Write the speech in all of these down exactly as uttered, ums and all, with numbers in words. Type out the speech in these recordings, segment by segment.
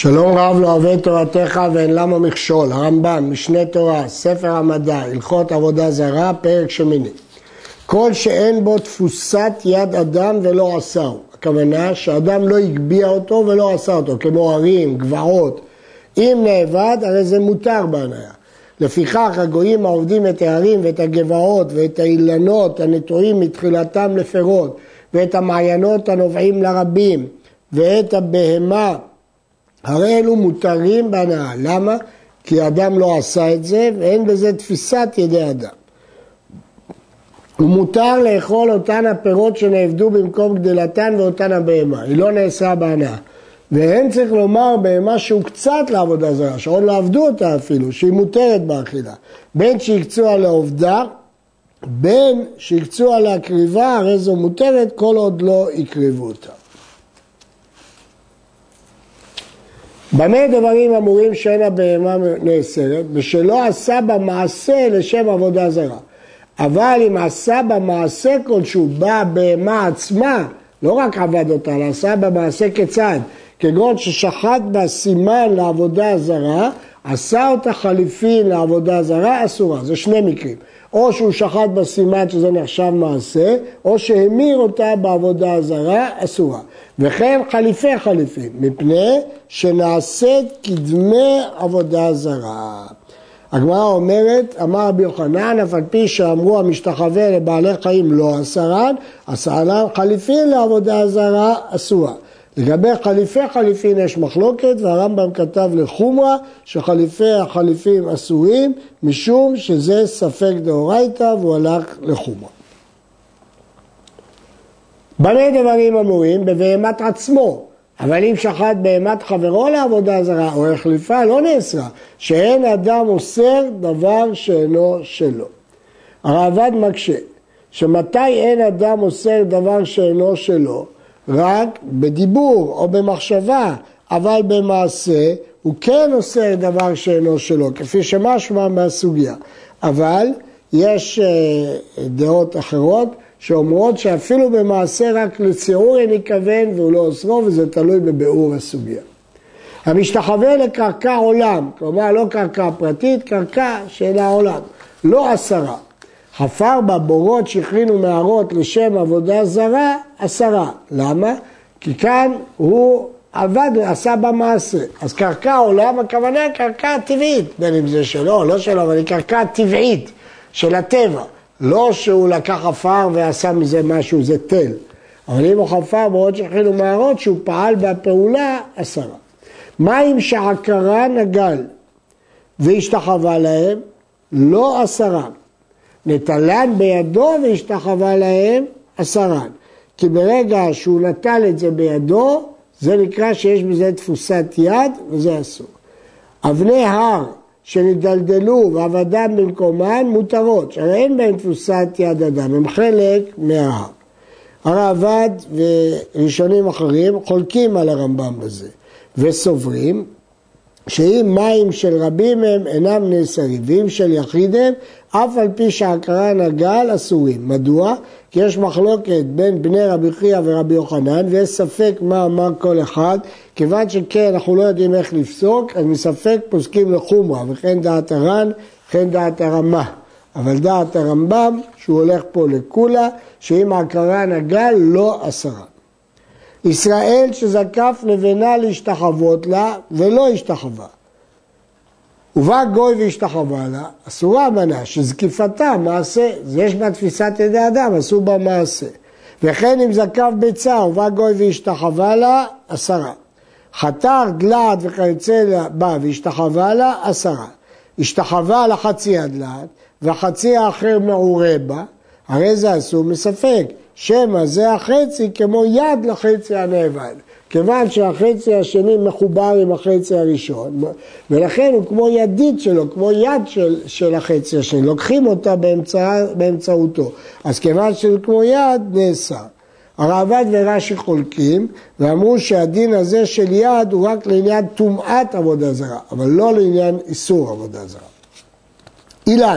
שלום רב לא אוהב תורתך ואין למה מכשול. הרמב"ם, משנה תורה, ספר המדע, הלכות עבודה זרה, פרק שמיני. כל שאין בו תפוסת יד אדם ולא עשהו. הכוונה שאדם לא הגביע אותו ולא עשה אותו, כמו הרים, גבעות. אם נאבד, הרי זה מותר בהניה. לפיכך הגויים העובדים את ההרים ואת הגבעות ואת האילנות הנטועים מתחילתם לפירות, ואת המעיינות הנובעים לרבים, ואת הבהמה, הרי אלו מותרים בהנאה. למה? כי האדם לא עשה את זה ואין בזה תפיסת ידי אדם. הוא מותר לאכול אותן הפירות שנעבדו במקום גדלתן ואותן הבהמה. היא לא נאסרה בהנאה. ואין צריך לומר בהמה שהוא קצת לעבודה זרה, שעוד לא עבדו אותה אפילו, שהיא מותרת באכילה. בין שיקצו על העובדה, בין שיקצו על הקריבה, הרי זו מותרת כל עוד לא יקריבו אותה. במה דברים אמורים שאין הבהמה נאסרת? ושלא עשה במעשה לשם עבודה זרה. אבל אם עשה במעשה כלשהו, בא בהמה עצמה, לא רק עבד אותה, אלא עשה במעשה כצד, כגון ששחט בה סימן לעבודה זרה, עשה אותה חליפין לעבודה זרה, אסורה. זה שני מקרים. או שהוא שחט בסימן שזה נחשב מעשה, או שהמיר אותה בעבודה הזרה, אסורה. וכן חליפי חליפין, מפני שנעשית כדמי עבודה זרה. הגמרא אומרת, אמר רבי יוחנן, אף על פי שאמרו המשתחווה לבעלי חיים לא אסרן, אסרן חליפין לעבודה זרה, אסורה. לגבי חליפי חליפין יש מחלוקת, והרמב"ם כתב לחומרה שחליפי החליפים אסורים, משום שזה ספק דאורייתא והוא הלך לחומרה. במה דברים אמורים? בבהמת עצמו, אבל אם שחט בהמת חברו לעבודה זרה או החליפה לא נאסרה, שאין אדם אוסר דבר שאינו שלו. הרעב"ד מקשה, שמתי אין אדם אוסר דבר שאינו שלו? רק בדיבור או במחשבה, אבל במעשה הוא כן עושה דבר שאינו שלו, כפי שמשמע מהסוגיה. אבל יש דעות אחרות שאומרות שאפילו במעשה רק לציור אין יכוון והוא לא אוסרו, וזה תלוי בביאור הסוגיה. המשתחווה לקרקע עולם, כלומר לא קרקע פרטית, קרקע של העולם, לא עשרה. חפר בה בורות שהכינו מערות לשם עבודה זרה, עשרה. למה? כי כאן הוא עבד, עשה במעשה. אז קרקע עולם, הכוונה קרקע טבעית, בין אם זה שלו, לא שלו, אבל היא קרקע טבעית של הטבע. לא שהוא לקח חפר ועשה מזה משהו, זה תל. אבל אם הוא חפר בורות שהכינו מערות, שהוא פעל בפעולה, עשרה. מים שעקרה נגל והשתחווה להם, לא עשרה. נטלן בידו והשתחווה להם עשרן. כי ברגע שהוא נטל את זה בידו, זה נקרא שיש בזה תפוסת יד וזה אסור. אבני הר שנדלדלו ועבדם במקומן מותרות, שהרי אין בהן תפוסת יד אדם, הם חלק מההר. הרעב"ד וראשונים אחרים חולקים על הרמב"ם בזה, וסוברים שאם מים של רבים הם אינם נאסרים, ואם של יחיד הם, אף על פי שעקרה נגל אסורים. מדוע? כי יש מחלוקת בין בני רבי חייא ורבי יוחנן, ויש ספק מה אמר כל אחד, כיוון שכן אנחנו לא יודעים איך לפסוק, אז מספק פוסקים לחומרה, וכן דעת הר"ן, וכן דעת הרמ"א. אבל דעת הרמב"ם, שהוא הולך פה לכולה, שאם עקרה נגל לא עשרה. ישראל שזקף לבנה להשתחוות לה ולא השתחווה. ובא גוי והשתחווה לה, אסורה מנה, שזקיפתה מעשה, יש בה תפיסת ידי אדם, אסור בה מעשה. וכן אם זקף ביצה, ובא גוי והשתחווה לה, עשרה. חתר, דלעת וכיוצא בה והשתחווה לה, עשרה. השתחווה לחצי הדלעת, והחצי האחר מעורה בה, הרי זה אסור מספק. שמא זה החצי כמו יד לחצי הנאבד, כיוון שהחצי השני מחובר עם החצי הראשון, ולכן הוא כמו ידית שלו, כמו יד של, של החצי השני, לוקחים אותה באמצע, באמצעותו, אז כיוון שהוא כמו יד נאסר. הרעב"ד ורש"י חולקים, ואמרו שהדין הזה של יד הוא רק לעניין טומאת עבודה זרה, אבל לא לעניין איסור עבודה זרה. אילן,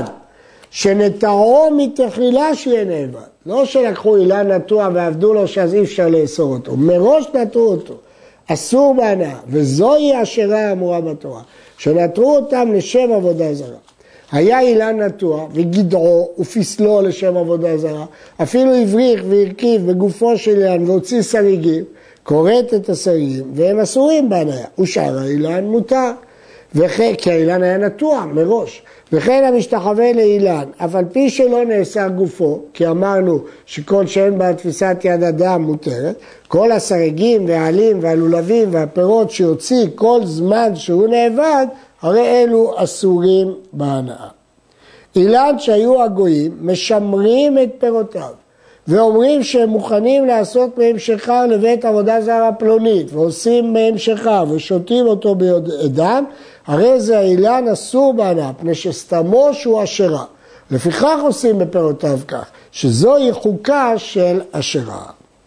שנטעו מתחילה שיהיה נאבד. לא שלקחו אילן נטוע ועבדו לו שאז אי אפשר לאסור אותו. מראש נטעו אותו. אסור בהנאה, וזוהי אשרה האמורה בתורה, שנטרו אותם לשם עבודה זרה. היה אילן נטוע וגדעו ופסלו לשם עבודה זרה, אפילו הבריך והרכיב בגופו של אילן והוציא שריגים, קורט את השריגים והם אסורים בהנאה, ושאר האילן מותר, וכן, כי האילן היה נטוע מראש, וכן המשתחווה לאילן, אף על פי שלא נאסר גופו, כי אמרנו שכל שאין בה תפיסת יד אדם מותרת, כל השריגים והעלים והלולבים והפירות שיוציא כל זמן שהוא נאבד, הרי אלו אסורים בהנאה. אילן שהיו הגויים משמרים את פירותיו, ואומרים שהם מוכנים לעשות מהם שכר לבית עבודה זרה פלונית, ועושים מהם שכר ושותים אותו בידם, הרי זה האילן אסור בהנאה, פני שסתמו שהוא אשרה. לפיכך עושים בפירותיו כך, שזוהי חוקה של אשרה.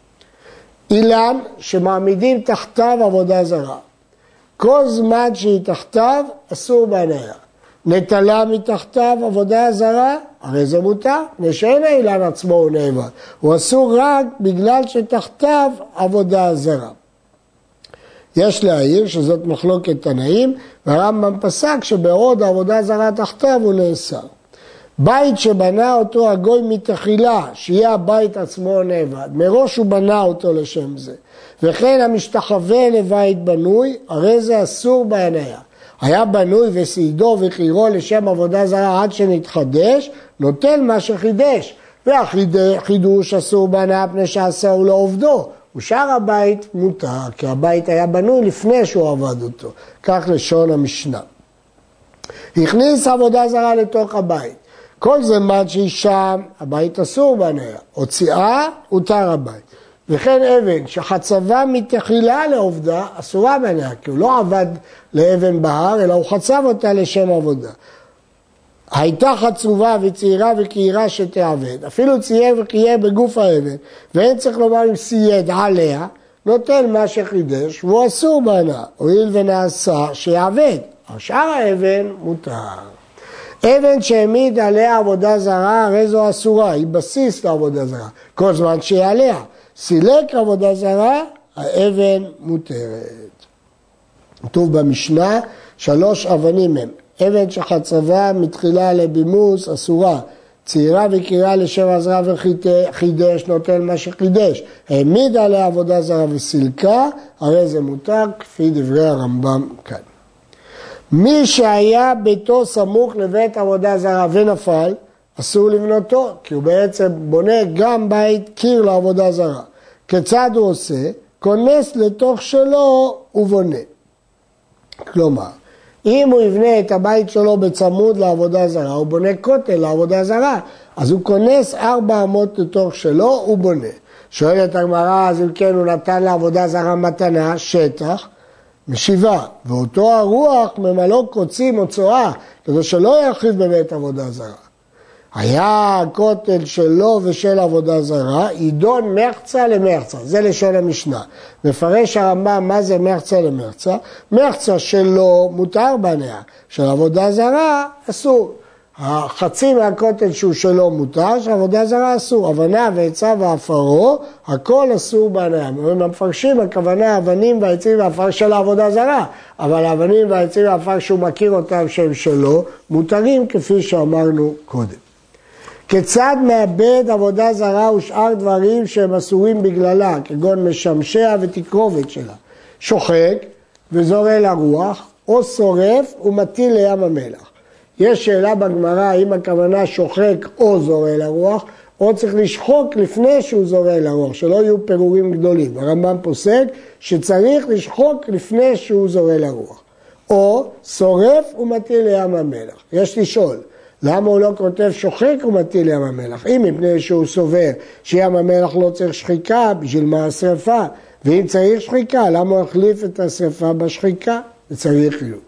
אילן שמעמידים תחתיו עבודה זרה. כל זמן שהיא תחתיו אסור בהנאה. נטלה מתחתיו עבודה זרה, הרי זה מותר, ושאין האילן עצמו הוא נאבד. הוא אסור רק בגלל שתחתיו עבודה זרה. יש להעיר שזאת מחלוקת תנאים, והרמב"ם פסק שבעוד העבודה זרה תחתיו הוא נאסר. בית שבנה אותו הגוי מתחילה, שיהיה הבית עצמו נאבד, מראש הוא בנה אותו לשם זה. וכן המשתחווה לבית בנוי, הרי זה אסור בהנאה. היה בנוי וסעידו וחירו לשם עבודה זרה עד שנתחדש, נוטל מה שחידש. והחידוש אסור בהנאה פני שעשהו לעובדו. ושאר הבית מותר, כי הבית היה בנוי לפני שהוא עבד אותו. כך לשון המשנה. הכניס עבודה זרה לתוך הבית. כל זמן שהיא שם, הבית אסור בהנאה. הוציאה, הותר הבית. וכן אבן שחצבה מתחילה לעובדה, אסורה בהנאה, כי הוא לא עבד לאבן בהר, אלא הוא חצב אותה לשם עבודה. הייתה חצובה וצעירה וקעירה שתעבד, אפילו צייר וקיים בגוף האבן, ואין צריך לומר אם סייד עליה, נוטל מה שחידש, והוא אסור בהנאה, הואיל ונעשה שיעבד, השאר האבן מותר. אבן שהעמיד עליה עבודה זרה, הרי זו אסורה, היא בסיס לעבודה זרה, כל זמן שהיא עליה. סילק עבודה זרה, האבן מותרת. כתוב במשנה, שלוש אבנים הם. אבן שחצבה מתחילה לבימוס, אסורה. צעירה וקעירה לשם עזרה וחידש, נוטל מה שחידש. העמיד עליה עבודה זרה וסילקה, הרי זה מותר, כפי דברי הרמב"ם כאן. מי שהיה ביתו סמוך לבית עבודה זרה ונפל, אסור לבנותו, כי הוא בעצם בונה גם בית קיר לעבודה זרה. כיצד הוא עושה? כונס לתוך שלו ובונה. כלומר, אם הוא יבנה את הבית שלו בצמוד לעבודה זרה, הוא בונה כותל לעבודה זרה, אז הוא כונס ארבע אמות לתוך שלו ובונה. שואלת הגמרא, אז אם כן הוא נתן לעבודה זרה מתנה, שטח, משיבה, ואותו הרוח ממלוא קוצים או צואה, כדי שלא ירחיב בבית עבודה זרה. היה הכותל שלו ושל עבודה זרה, עידון מחצה למחצה, זה לשון המשנה. מפרש הרמב"ם מה זה מחצה למחצה, מחצה שלו מותר בהנאה, של עבודה זרה אסור. החצי מהכותל שהוא שלו מותר, של עבודה זרה אסור. הבנה ועצה ועפרו, הכל אסור בהנאה. מפרשים הכוונה אבנים והעצים והעפר של העבודה זרה, אבל האבנים והעצים והעפר שהוא מכיר אותם שהם שלו, מותרים כפי שאמרנו קודם. כיצד מאבד עבודה זרה ושאר דברים שהם אסורים בגללה, כגון משמשיה ותקרובת שלה? שוחק וזורע לרוח, או שורף ומטיל לים המלח. יש שאלה בגמרא, האם הכוונה שוחק או זורע לרוח, או צריך לשחוק לפני שהוא זורע לרוח, שלא יהיו פירורים גדולים. הרמב"ם פוסק שצריך לשחוק לפני שהוא זורע לרוח. או שורף ומטיל לים המלח. יש לשאול, למה הוא לא כותב שוחק ומטיל לים המלח? אם מפני שהוא סובר שים המלח לא צריך שחיקה, בשביל מה השרפה? ואם צריך שחיקה, למה הוא החליף את השרפה בשחיקה? זה צריך להיות.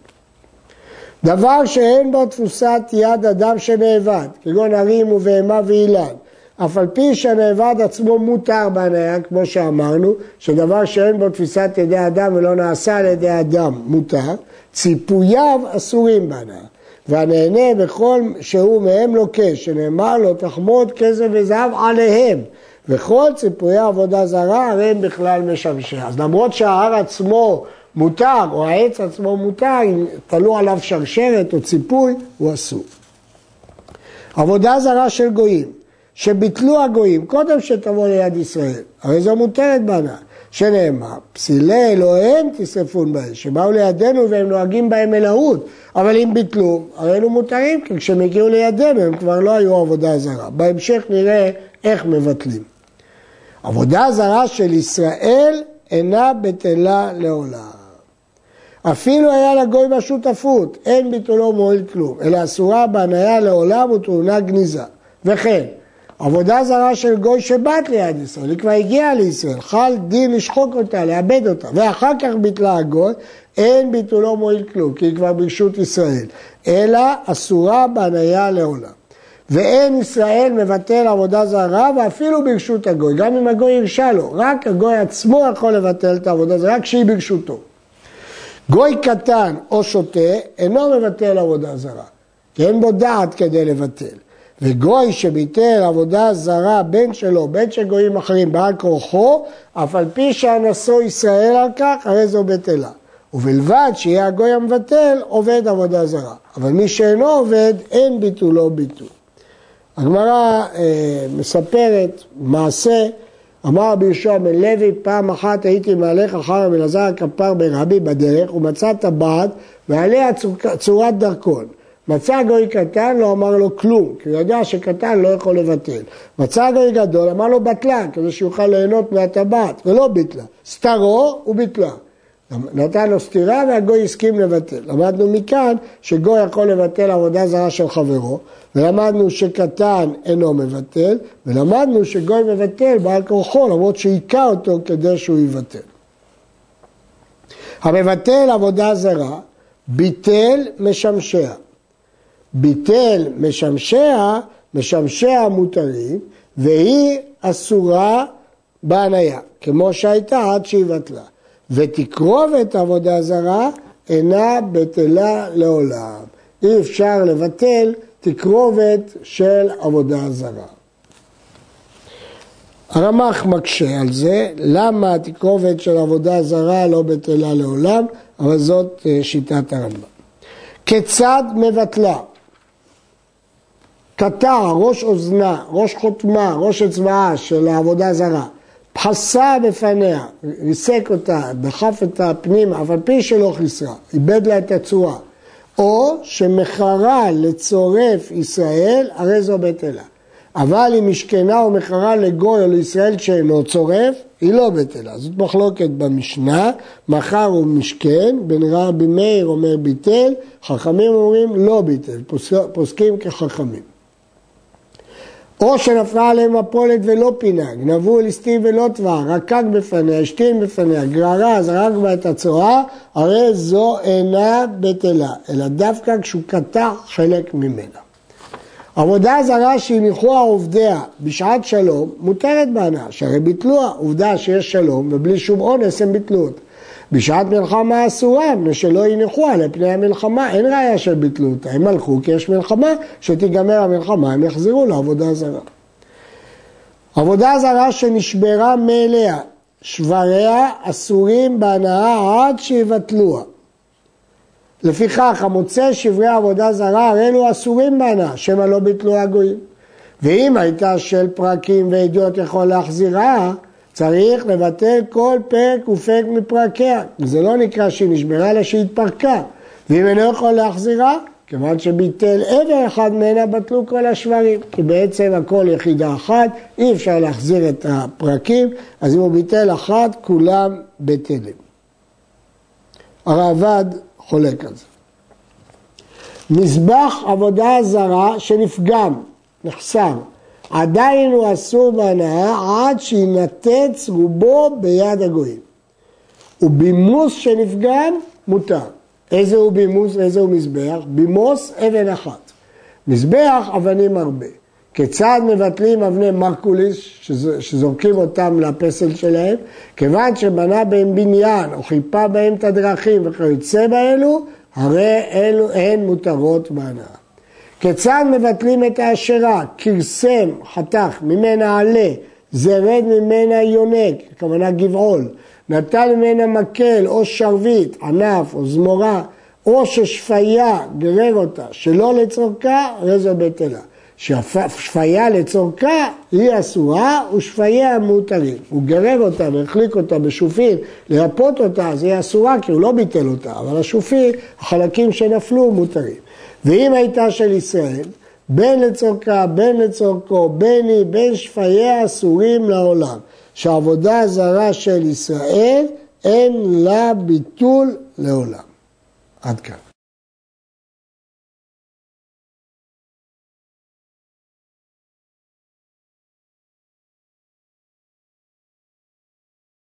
דבר שאין בו תפוסת יד אדם שנאבד, כגון הרים ובהמה ואילן, אף על פי שהנאבד עצמו מותר בהנאה, כמו שאמרנו, שדבר שאין בו תפיסת ידי אדם ולא נעשה על ידי אדם מותר, ציפוייו אסורים בהנאה. והנהנה בכל שהוא מהם לוקש, שנאמר לו תחמוד כסף וזהב עליהם, וכל ציפויי עבודה זרה הרי הם בכלל משמשים. אז למרות שההר עצמו מותר, או העץ עצמו מותר, אם תלו עליו שרשרת או ציפוי, הוא אסור. עבודה זרה של גויים, שביטלו הגויים קודם שתבוא ליד ישראל, הרי זו מותרת בהנאה, שנאמר, פסילי אלוהיהם תשרפון בהם, שבאו לידינו והם נוהגים בהם אלוהות, אבל אם ביטלו, הרי הם מותרים, כי כשהם הגיעו לידינו הם כבר לא היו עבודה זרה. בהמשך נראה איך מבטלים. עבודה זרה של ישראל אינה בטלה לעולם. אפילו היה לגוי בשותפות, אין ביטולו מועיל כלום, אלא אסורה בהניה לעולם וטעונה גניזה. וכן, עבודה זרה של גוי שבת ליד ישראל, היא כבר הגיעה לישראל, חל דין לשחוק אותה, לאבד אותה, ואחר כך ביטלה הגוי, אין ביטולו מועיל כלום, כי היא כבר ברשות ישראל, אלא אסורה בהניה לעולם. ואין ישראל מבטל עבודה זרה, ואפילו ברשות הגוי, גם אם הגוי הרשה לו, רק הגוי עצמו יכול לבטל את העבודה זרה, רק שהיא ברשותו. גוי קטן או שוטה אינו מבטל עבודה זרה, כי אין בו דעת כדי לבטל. וגוי שביטל עבודה זרה בין שלו, בין של גויים אחרים בעל כורחו, אף על פי שאנסו ישראל על כך, הרי זו בטלה. ובלבד שיהיה הגוי המבטל, עובד עבודה זרה. אבל מי שאינו עובד, אין ביטולו ביטול. הגמרא אה, מספרת מעשה, אמר רבי יהושע בן לוי, פעם אחת הייתי מהלך אחר רבי אלעזר הכפר ברבי בדרך, ומצא טבעת ועליה צורת דרכון. מצא גוי קטן, לא אמר לו כלום, כי הוא ידע שקטן לא יכול לבטל. מצא גוי גדול, אמר לו בטלה, כדי שיוכל ליהנות מהטבעת, ולא ביטלה. סתרו וביטלה. נתן לו סתירה והגוי הסכים לבטל. למדנו מכאן שגוי יכול לבטל עבודה זרה של חברו, ולמדנו שקטן אינו מבטל, ולמדנו שגוי מבטל בעל כורחו, למרות שהיכה אותו כדי שהוא יבטל. המבטל עבודה זרה, ביטל משמשיה. ביטל משמשיה, משמשיה מותרים, והיא אסורה בהניה, כמו שהייתה עד שהיא בטלה. ותקרובת עבודה זרה אינה בטלה לעולם. אי אפשר לבטל תקרובת של עבודה זרה. הרמ"ח מקשה על זה, למה התקרובת של עבודה זרה לא בטלה לעולם, אבל זאת שיטת הרמב"ם. כיצד מבטלה? קטע, ראש אוזנה, ראש חותמה, ראש אצבעה של העבודה זרה, פחסה בפניה, ריסק אותה, דחף את הפנים, אף על פי שלא חיסרה, איבד לה את הצורה, או שמחרה לצורף ישראל, הרי זו בטלה. אבל אם משכנה או מחרה לגוי או לישראל שאינו צורף, היא לא בטלה. זאת מחלוקת במשנה, מחר הוא משכן, בן רבי מאיר אומר ביטל, חכמים אומרים לא ביטל, פוסקים כחכמים. או שנפלה עליהם הפולת ולא פינה, גנבו ליסטים ולא תבע, רקק בפניה, השתין בפניה, גררה, זרק בה את הצורה, הרי זו אינה בטלה, אלא דווקא כשהוא קטע חלק ממנה. עבודה זרה שהניחו עובדיה בשעת שלום מותרת בהנאה, שהרי ביטלוה, עובדה שיש שלום ובלי שום אונס הם ביטלו אותה. בשעת מלחמה אסורה, מפני שלא יניחו על פני המלחמה, אין ראיה של ביטלו אותה, הם הלכו כי יש מלחמה, שתיגמר המלחמה, הם יחזרו לעבודה זרה. עבודה זרה שנשברה מאליה, שבריה אסורים בהנאה עד שיבטלוה. לפיכך המוצא שברי עבודה זרה הרי אלו אסורים בהנאה, שמא לא ביטלו הגויים. ואם הייתה של פרקים ועדות יכול להחזירה, צריך לבטל כל פרק ופרק מפרקיה. זה לא נקרא שהיא נשברה, אלא שהיא התפרקה. ואם אינו יכול להחזירה, כיוון שביטל עבר אחד ממנה, בטלו כל השברים. כי בעצם הכל יחידה אחת, אי אפשר להחזיר את הפרקים, אז אם הוא ביטל אחת, כולם בטלים. הרעב"ד חולק על זה. מזבח עבודה זרה שנפגם, נחסר. עדיין הוא אסור בהנאה עד שינתץ רובו ביד הגויים. ובימוס שנפגם מותר. איזה הוא בימוס, איזה הוא מזבח? בימוס אבן אחת. מזבח אבנים הרבה. כיצד מבטלים אבני מרקוליס שזורקים אותם לפסל שלהם? כיוון שבנה בהם בניין או חיפה בהם את הדרכים וכיוצא באלו, הרי אלו הן מותרות בהנאה. כיצד מבטלים את האשרה, קרסם, חתך, ממנה עלה, זרד ממנה יונק, הכוונה גבעול, נטל ממנה מקל או שרביט, ענף או זמורה, או ששפיה גרר אותה, שלא לצורכה, רזו בטלה. שפיה לצורכה היא אסורה ושפיה מותרים. הוא גרר אותה והחליק אותה בשופין, לרפות אותה, אז היא אסורה כי הוא לא ביטל אותה, אבל השופין, החלקים שנפלו מותרים. ואם הייתה של ישראל, בין לצורכה, בין לצורכו, בין היא, בין שפיה אסורים לעולם. שהעבודה הזרה של ישראל אין לה ביטול לעולם. עד כאן.